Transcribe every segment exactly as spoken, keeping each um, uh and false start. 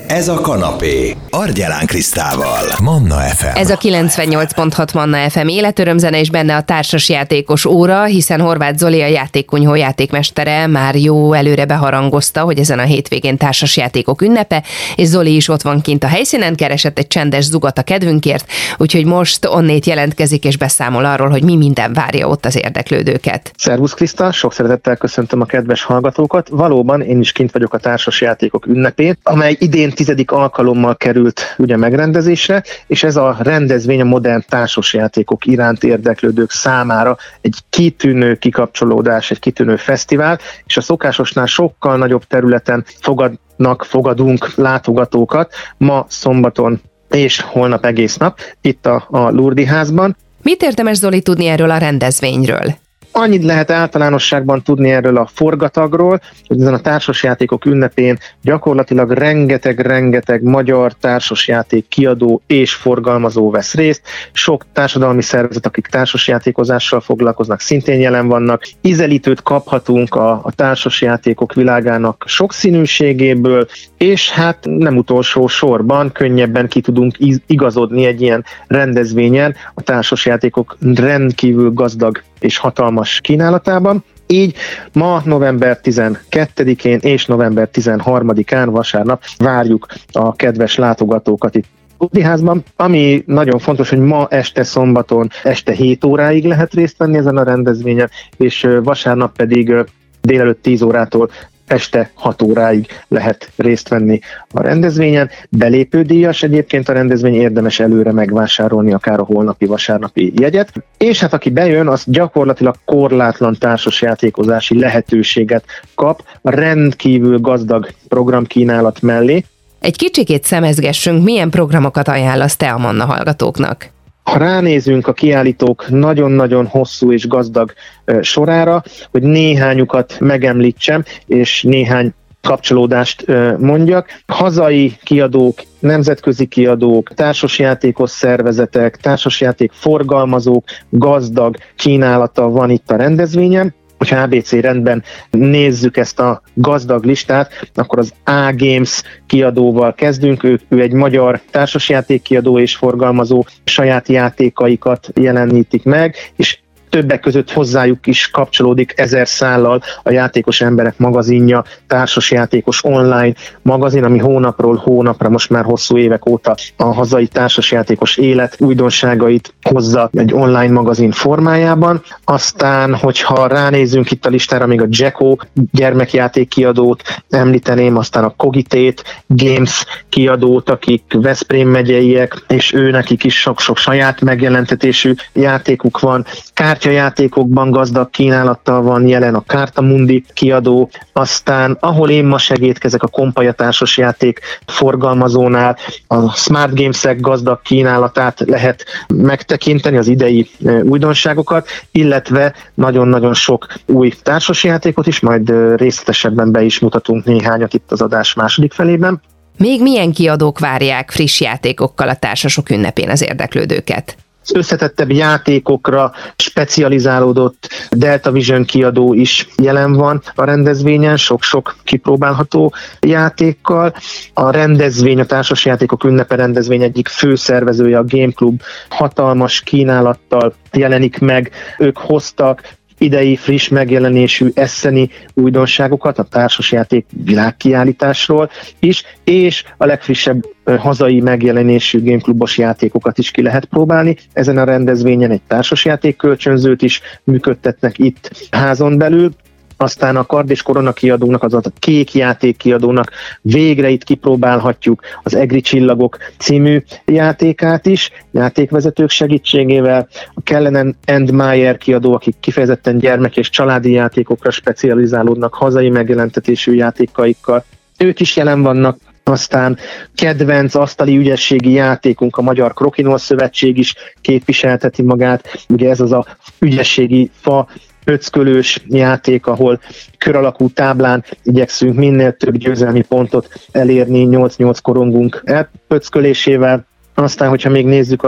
Ez a kanapé. Argyelán Krisztával. Manna ef em. Ez a kilencvennyolc pont hat Manna ef em életörömzene, és benne a társasjátékos óra, hiszen Horváth Zoli, a játékkunyhó játékmestere már jó előre beharangozta, hogy ezen a hétvégén társasjátékok ünnepe, és Zoli is ott van kint a helyszínen, keresett egy csendes zugat a kedvünkért, úgyhogy most onnét jelentkezik és beszámol arról, hogy mi minden várja ott az érdeklődőket. Szervusz Kriszta, sok szeretettel köszöntöm a kedves hallgatókat. Valóban én is kint vagyok a társasjátékok ünnepén, amely idén tizedik alkalommal került ugye megrendezésre, és ez a rendezvény a modern társasjátékok iránt érdeklődők számára egy kitűnő kikapcsolódás, egy kitűnő fesztivál, és a szokásosnál sokkal nagyobb területen fogadnak, fogadunk látogatókat ma szombaton és holnap egész nap itt a, a Lurdi házban. Mit érdemes, Zoli, tudni erről a rendezvényről? Annyit lehet általánosságban tudni erről a forgatagról, hogy ezen a társasjátékok ünnepén gyakorlatilag rengeteg-rengeteg magyar társasjáték kiadó és forgalmazó vesz részt. Sok társadalmi szervezet, akik társasjátékozással foglalkoznak, szintén jelen vannak. Ízelítőt kaphatunk a, a társasjátékok világának sokszínűségéből, és hát nem utolsó sorban könnyebben ki tudunk igazodni egy ilyen rendezvényen a társasjátékok rendkívül gazdag és hatalmas kínálatában. Így ma november tizenkettedikén és november tizenharmadikán vasárnap várjuk a kedves látogatókat itt a Lurdi házban. Ami nagyon fontos, hogy ma este szombaton este hét óráig lehet részt venni ezen a rendezvényen, és vasárnap pedig délelőtt tíz órától este hat óráig lehet részt venni a rendezvényen. Belépődíjas egyébként a rendezvény, érdemes előre megvásárolni akár a holnapi vasárnapi jegyet. És hát aki bejön, az gyakorlatilag korlátlan társasjátékozási lehetőséget kap a rendkívül gazdag programkínálat mellé. Egy kicsikét szemezgessünk, milyen programokat ajánlasz te a Manna hallgatóknak? Ha ránézünk a kiállítók nagyon-nagyon hosszú és gazdag sorára, hogy néhányukat megemlítsem, és néhány kapcsolódást mondjak. Hazai kiadók, nemzetközi kiadók, társasjátékos szervezetek, társasjáték forgalmazók, gazdag kínálata van itt a rendezvényen. Hogyha á bé cé rendben nézzük ezt a gazdag listát, akkor az A-Games kiadóval kezdünk. Ő, ő egy magyar társasjáték kiadó és forgalmazó, saját játékaikat jelenítik meg, és többek között hozzájuk is kapcsolódik ezer szállal a Játékos Emberek magazinja, társasjátékos online magazin, ami hónapról hónapra most már hosszú évek óta a hazai társasjátékos élet újdonságait hozza egy online magazin formájában. Aztán, hogyha ránézünk itt a listára, még a Jacko gyermekjáték kiadót említeném, aztán a Cogitét Games kiadót, akik Veszprém megyeiek, és ő nekik is sok-sok saját megjelentetésű játékuk van. Kártyajátékokban gazdag kínálattal van jelen a Kártamundi kiadó, aztán ahol én ma segédkezek a Kompaja társasjáték forgalmazónál, a Smart Games-ek gazdag kínálatát lehet megtekinteni, az idei újdonságokat, illetve nagyon-nagyon sok új társasjátékot is, majd részletesebben be is mutatunk néhányat itt az adás második felében. Még milyen kiadók várják friss játékokkal a társasok ünnepén az érdeklődőket? Az összetettebb játékokra specializálódott Delta Vision kiadó is jelen van a rendezvényen, sok-sok kipróbálható játékkal. A rendezvény, a társasjátékok ünnepe rendezvény egyik főszervezője, a Game Club hatalmas kínálattal jelenik meg. Ők hoztak idei friss megjelenésű eszeni újdonságokat a társasjáték világkiállításról is, és a legfrissebb hazai megjelenésű gameclubos játékokat is ki lehet próbálni. Ezen a rendezvényen egy társasjáték kölcsönzőt is működtetnek itt házon belül. Aztán a Kard és Korona kiadónak, azaz a Kék játék kiadónak végre itt kipróbálhatjuk az Egri Csillagok című játékát is, játékvezetők segítségével. A Kellenen and Meyer kiadó, akik kifejezetten gyermek- és családi játékokra specializálódnak hazai megjelentetésű játékaikkal, ők is jelen vannak. Aztán kedvenc asztali ügyességi játékunk, a Magyar Krokinol Szövetség is képviselteti magát. Ugye ez az a ügyességi fa pöckölős játék, ahol kör alakú táblán igyekszünk minél több győzelmi pontot elérni nyolc-nyolc korongunk elpöckölésével. Aztán, hogyha még nézzük a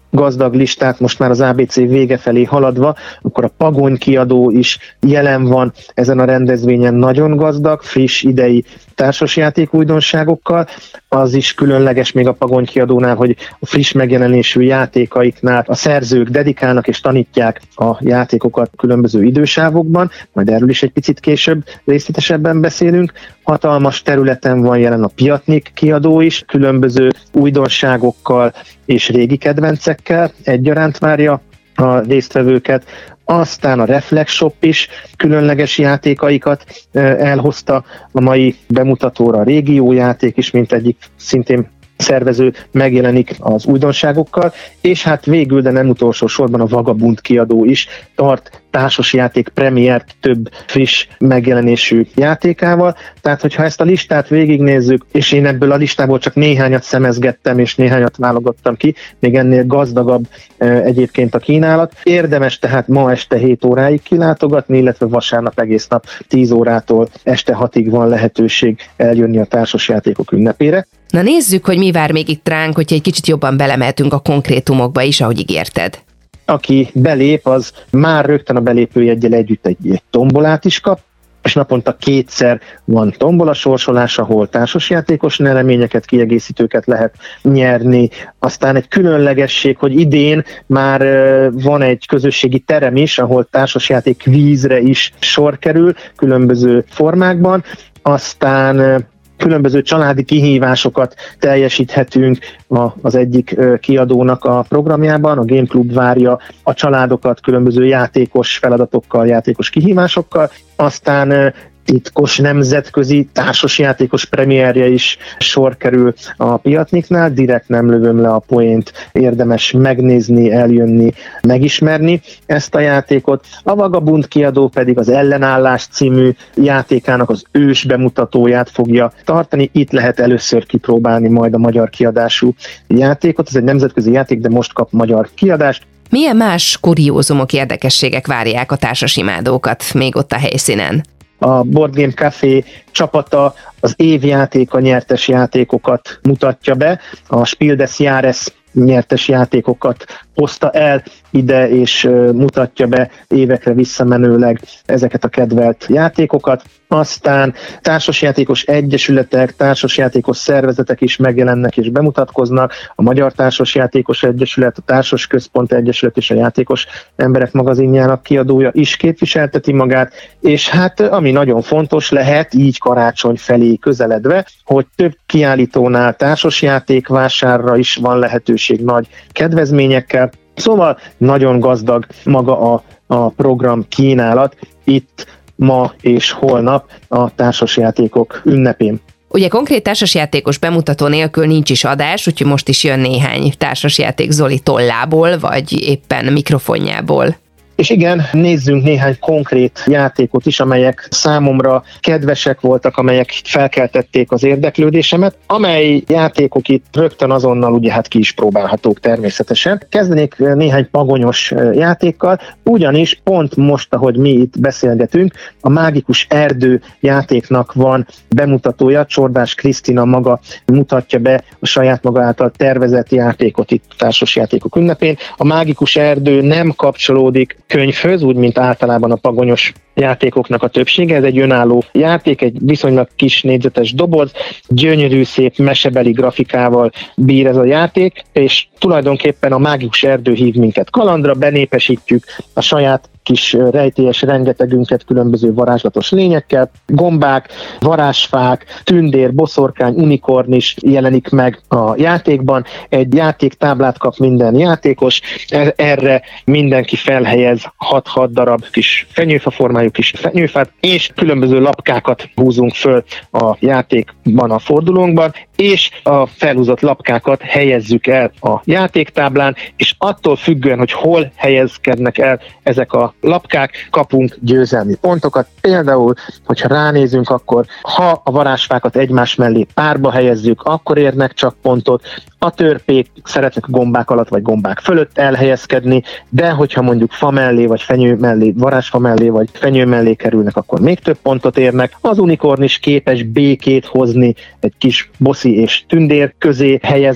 gazdag listát most már az á bé cé vége felé haladva, akkor a Pagony kiadó is jelen van ezen a rendezvényen, nagyon gazdag, friss idei társasjáték újdonságokkal. Az is különleges még a Pagony kiadónál, hogy a friss megjelenésű játékaiknál a szerzők dedikálnak és tanítják a játékokat különböző idősávokban, majd erről is egy picit később részletesebben beszélünk. Hatalmas területen van jelen a Piatnik kiadó is, különböző újdonságokkal és régi kedvencekkel egyaránt várja a résztvevőket. Aztán a Reflex Shop is különleges játékaikat elhozta a mai bemutatóra, a Régió játék is, mint egyik szintén szervező megjelenik az újdonságokkal, és hát végül, de nem utolsó sorban a Vagabund kiadó is tart társasjáték premiért több friss megjelenésű játékával. Tehát, hogyha ezt a listát végignézzük, és én ebből a listából csak néhányat szemezgettem, és néhányat válogattam ki, még ennél gazdagabb e, egyébként a kínálat. Érdemes tehát ma este hét óráig kilátogatni, illetve vasárnap egész nap tíz órától este hatig van lehetőség eljönni a társasjátékok ünnepére. Na nézzük, hogy mi vár még itt ránk, hogyha egy kicsit jobban belemeltünk a konkrétumokba is, ahogy ígérted. Aki belép, az már rögtön a belépőjeggyel együtt egy, egy tombolát is kap, és naponta kétszer van tombola sorsolás, ahol társasjátékos nyereményeket, kiegészítőket lehet nyerni. Aztán egy különlegesség, hogy idén már van egy közösségi terem is, ahol társasjáték kvízre is sor kerül, különböző formákban. Aztán különböző családi kihívásokat teljesíthetünk az egyik kiadónak a programjában. A Game Club várja a családokat különböző játékos feladatokkal, játékos kihívásokkal. Aztán titkos nemzetközi társasjátékos premierje is sor kerül a Piatniknál. Direkt nem lövöm le a poént, érdemes megnézni, eljönni, megismerni ezt a játékot. A Vagabund kiadó pedig az Ellenállás című játékának az ős bemutatóját fogja tartani. Itt lehet először kipróbálni majd a magyar kiadású játékot. Ez egy nemzetközi játék, de most kap magyar kiadást. Milyen más kuriózumok, érdekességek várják a társasimádókat még ott a helyszínen? A Board Game Café csapata az évjátéka nyertes játékokat mutatja be, a Spiel des Jahres nyertes játékokat hozta el ide, és mutatja be évekre visszamenőleg ezeket a kedvelt játékokat. Aztán társasjátékos egyesületek, társasjátékos szervezetek is megjelennek és bemutatkoznak. A Magyar Társasjátékos Egyesület, a Társas Központ Egyesület és a Játékos Emberek magazinjának kiadója is képviselteti magát, és hát ami nagyon fontos lehet, így karácsony felé közeledve, hogy több kiállítónál társasjátékvásárra is van lehetőség nagy kedvezményekkel. Szóval nagyon gazdag maga a, a program kínálat itt ma és holnap a társasjátékok ünnepén. Ugye konkrét társasjátékos bemutató nélkül nincs is adás, úgyhogy most is jön néhány társasjáték Zoli tollából, vagy éppen mikrofonjából. És igen, nézzünk néhány konkrét játékot is, amelyek számomra kedvesek voltak, amelyek felkeltették az érdeklődésemet, amely játékok itt rögtön azonnal ugye hát ki is próbálhatók természetesen. Kezdenék néhány pagonyos játékkal, ugyanis pont most, ahogy mi itt beszélgetünk, a Mágikus Erdő játéknak van bemutatója, Csordás Krisztina maga mutatja be a saját maga által tervezett játékot itt társasjátékok ünnepén. A Mágikus Erdő nem kapcsolódik könyvhöz, úgy, mint általában a pagonyos játékoknak a többsége. Ez egy önálló játék, egy viszonylag kis négyzetes doboz, gyönyörű, szép mesebeli grafikával bír ez a játék, és tulajdonképpen a Mágikus Erdő hív minket kalandra, benépesítjük a saját kis rejtélyes rengetegünket különböző varázslatos lényekkel. Gombák, varázsfák, tündér, boszorkány, unikorn is jelenik meg a játékban. Egy játéktáblát kap minden játékos, erre mindenki felhelyez hat-hat darab kis fenyőfa formájú kis fenyőfát, és különböző lapkákat húzunk föl a játékban, a fordulónkban, és a felhúzott lapkákat helyezzük el a játéktáblán, és attól függően, hogy hol helyezkednek el ezek a lapkák, kapunk győzelmi pontokat. Például, hogyha ránézünk, akkor ha a varázsfákat egymás mellé párba helyezzük, akkor érnek csak pontot. A törpék szeretnek gombák alatt vagy gombák fölött elhelyezkedni, de hogyha mondjuk fa mellé, vagy fenyő mellé, varázsfa mellé, vagy fenyő mellé kerülnek, akkor még több pontot érnek. Az unikorn is képes békét hozni egy kis boszi és tündér közé helyezve,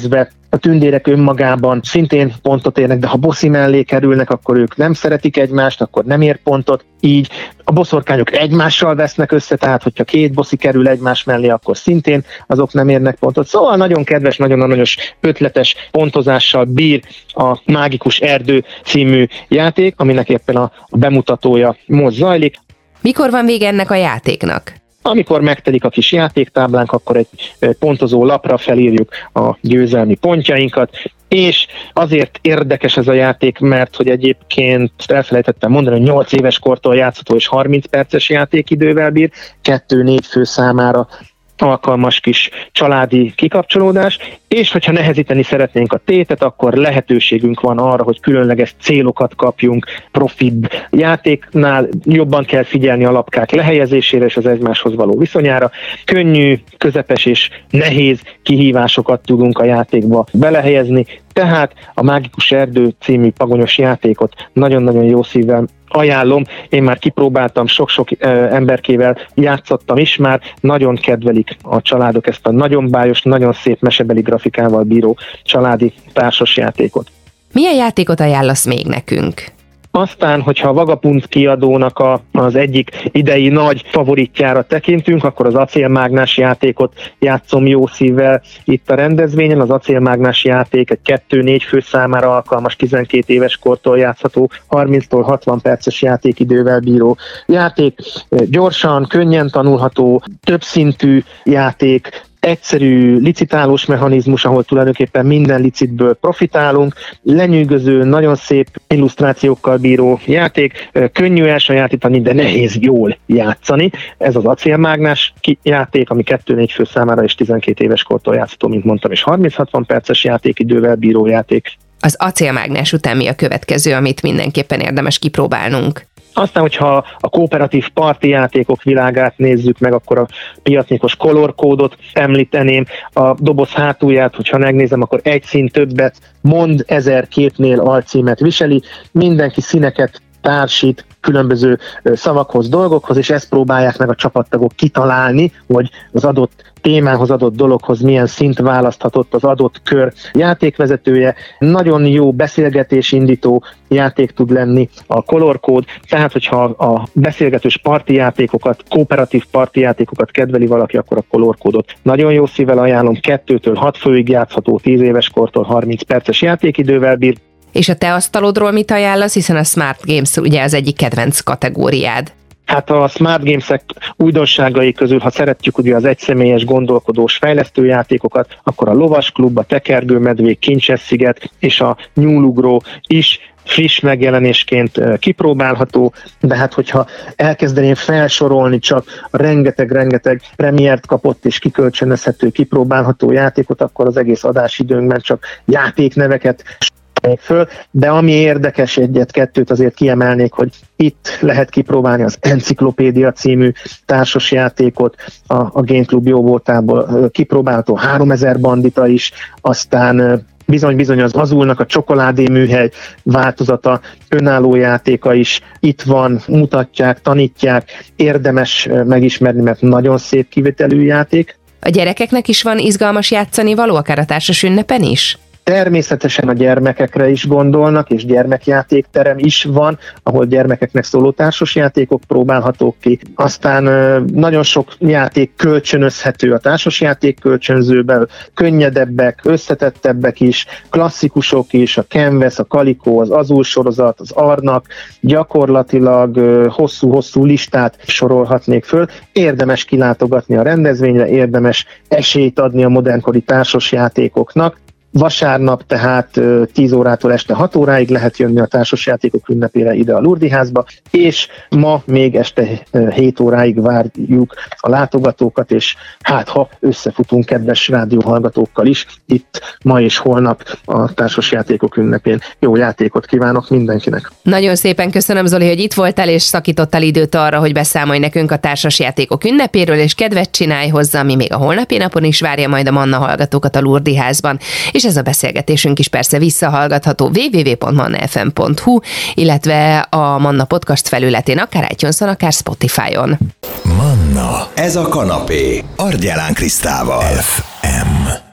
A tündérek önmagában szintén pontot érnek, de ha boszi mellé kerülnek, akkor ők nem szeretik egymást, akkor nem ér pontot. Így a boszorkányok egymással vesznek össze, tehát hogyha két boszi kerül egymás mellé, akkor szintén azok nem érnek pontot. Szóval nagyon kedves, nagyon aranyos, ötletes pontozással bír a Mágikus Erdő című játék, aminek éppen a bemutatója most zajlik. Mikor van vége ennek a játéknak? Amikor megtelik a kis játéktáblánk, akkor egy pontozó lapra felírjuk a győzelmi pontjainkat, és azért érdekes ez a játék, mert hogy egyébként elfelejtettem mondani, hogy nyolc éves kortól játszható és harminc perces játékidővel bír, kettő-négy fő számára alkalmas kis családi kikapcsolódás, és hogyha nehezíteni szeretnénk a tétet, akkor lehetőségünk van arra, hogy különleges célokat kapjunk, profibb játéknál jobban kell figyelni a lapkák lehelyezésére és az egymáshoz való viszonyára. Könnyű, közepes és nehéz kihívásokat tudunk a játékba belehelyezni, tehát a Mágikus Erdő című pagonyos játékot nagyon-nagyon jó szívvel ajánlom, én már kipróbáltam, sok-sok emberkével játszottam is már, nagyon kedvelik a családok ezt a nagyon bájos, nagyon szép mesebeli grafikával bíró családi társasjátékot. Milyen játékot ajánlasz még nekünk? Aztán, hogyha a Vagabund kiadónak a, az egyik idei nagy favoritjára tekintünk, akkor az acélmágnás játékot játszom jó szívvel itt a rendezvényen. Az acélmágnás játék egy kettő-négy fő számára alkalmas, tizenkét éves kortól játszható, harminctól hatvan perces játékidővel bíró játék. Gyorsan, könnyen tanulható, többszintű játék, egyszerű licitálós mechanizmus, ahol tulajdonképpen minden licitből profitálunk, lenyűgöző, nagyon szép illusztrációkkal bíró játék, könnyű elsajátítani, de nehéz jól játszani. Ez az acélmágnás játék, ami kettő-négy fő számára és tizenkét éves kortól játszható, mint mondtam, és harminc-hatvan perces játékidővel bíró játék. Az acélmágnás után mi a következő, amit mindenképpen érdemes kipróbálnunk? Aztán, hogyha a kooperatív parti játékok világát nézzük meg, akkor a piacnyikos color kódot említeném. A doboz hátulját, hogyha megnézem, akkor egy szín többet mond, ezer képnél alcímet viseli. Mindenki színeket társít különböző szavakhoz, dolgokhoz, és ezt próbálják meg a csapattagok kitalálni, hogy az adott témához, adott dologhoz milyen szint választhatott az adott kör játékvezetője. Nagyon jó beszélgetésindító játék tud lenni a Color Code, tehát hogyha a beszélgetős parti játékokat, kooperatív parti játékokat kedveli valaki, akkor a Color Code-ot nagyon jó szívvel ajánlom, kettőtől hat főig játszható, tíz éves kortól harminc perces játékidővel bír. És a te asztalodról mit ajánlasz, hiszen a Smart Games ugye az egyik kedvenc kategóriád? Hát a Smart Games-ek újdonságai közül, ha szeretjük ugye az egyszemélyes gondolkodós fejlesztőjátékokat, akkor a Lovas Klub, a Tekergőmedvék, Kincses sziget és a Nyúlugró is friss megjelenésként kipróbálható, de hát hogyha elkezdeném felsorolni csak a rengeteg-rengeteg premiért kapott és kikölcsönözhető, kipróbálható játékot, akkor az egész adásidőnkben csak játékneveket föl, de ami érdekes, egyet-kettőt azért kiemelnék, hogy itt lehet kipróbálni az Enciklopédia című társasjátékot, a, a Game Club jó voltából kipróbálható háromezer bandita is, aztán bizony-bizony az Azulnak a csokoládé műhely változata, önálló játéka is itt van, mutatják, tanítják, érdemes megismerni, mert nagyon szép kivételű játék. A gyerekeknek is van izgalmas játszani való, akár a társas ünnepen is? Természetesen a gyermekekre is gondolnak, és gyermekjátékterem is van, ahol gyermekeknek szóló társasjátékok próbálhatók ki. Aztán nagyon sok játék kölcsönözhető a társasjáték kölcsönzőben, könnyedebbek, összetettebbek is, klasszikusok is, a Canvas, a Calico, az Azul sorozat, az Arnak, gyakorlatilag hosszú-hosszú listát sorolhatnék föl. Érdemes kilátogatni a rendezvényre, érdemes esélyt adni a modernkori társasjátékoknak. Vasárnap tehát tíz órától este hat óráig lehet jönni a társasjátékok ünnepére ide a Lurdiházba, és ma még este hét óráig várjuk a látogatókat, és hát ha összefutunk kedves rádióhallgatókkal is, itt ma és holnap a társasjátékok ünnepén. Jó játékot kívánok mindenkinek! Nagyon szépen köszönöm, Zoli, hogy itt voltál, és szakítottál időt arra, hogy beszámolj nekünk a társasjátékok ünnepéről, és kedvet csinálj hozzá, ami még a holnapi napon is várja majd a Manna hallgatókat a Lurdiházban. És ez a beszélgetésünk is persze visszahallgatható double-u double-u double-u pont manna f m pont h u, illetve a Manna podcast felületén, akár iTunes-on, akár Spotify-on. Manna, ez a kanapé, Argyelán Krisztával. ef em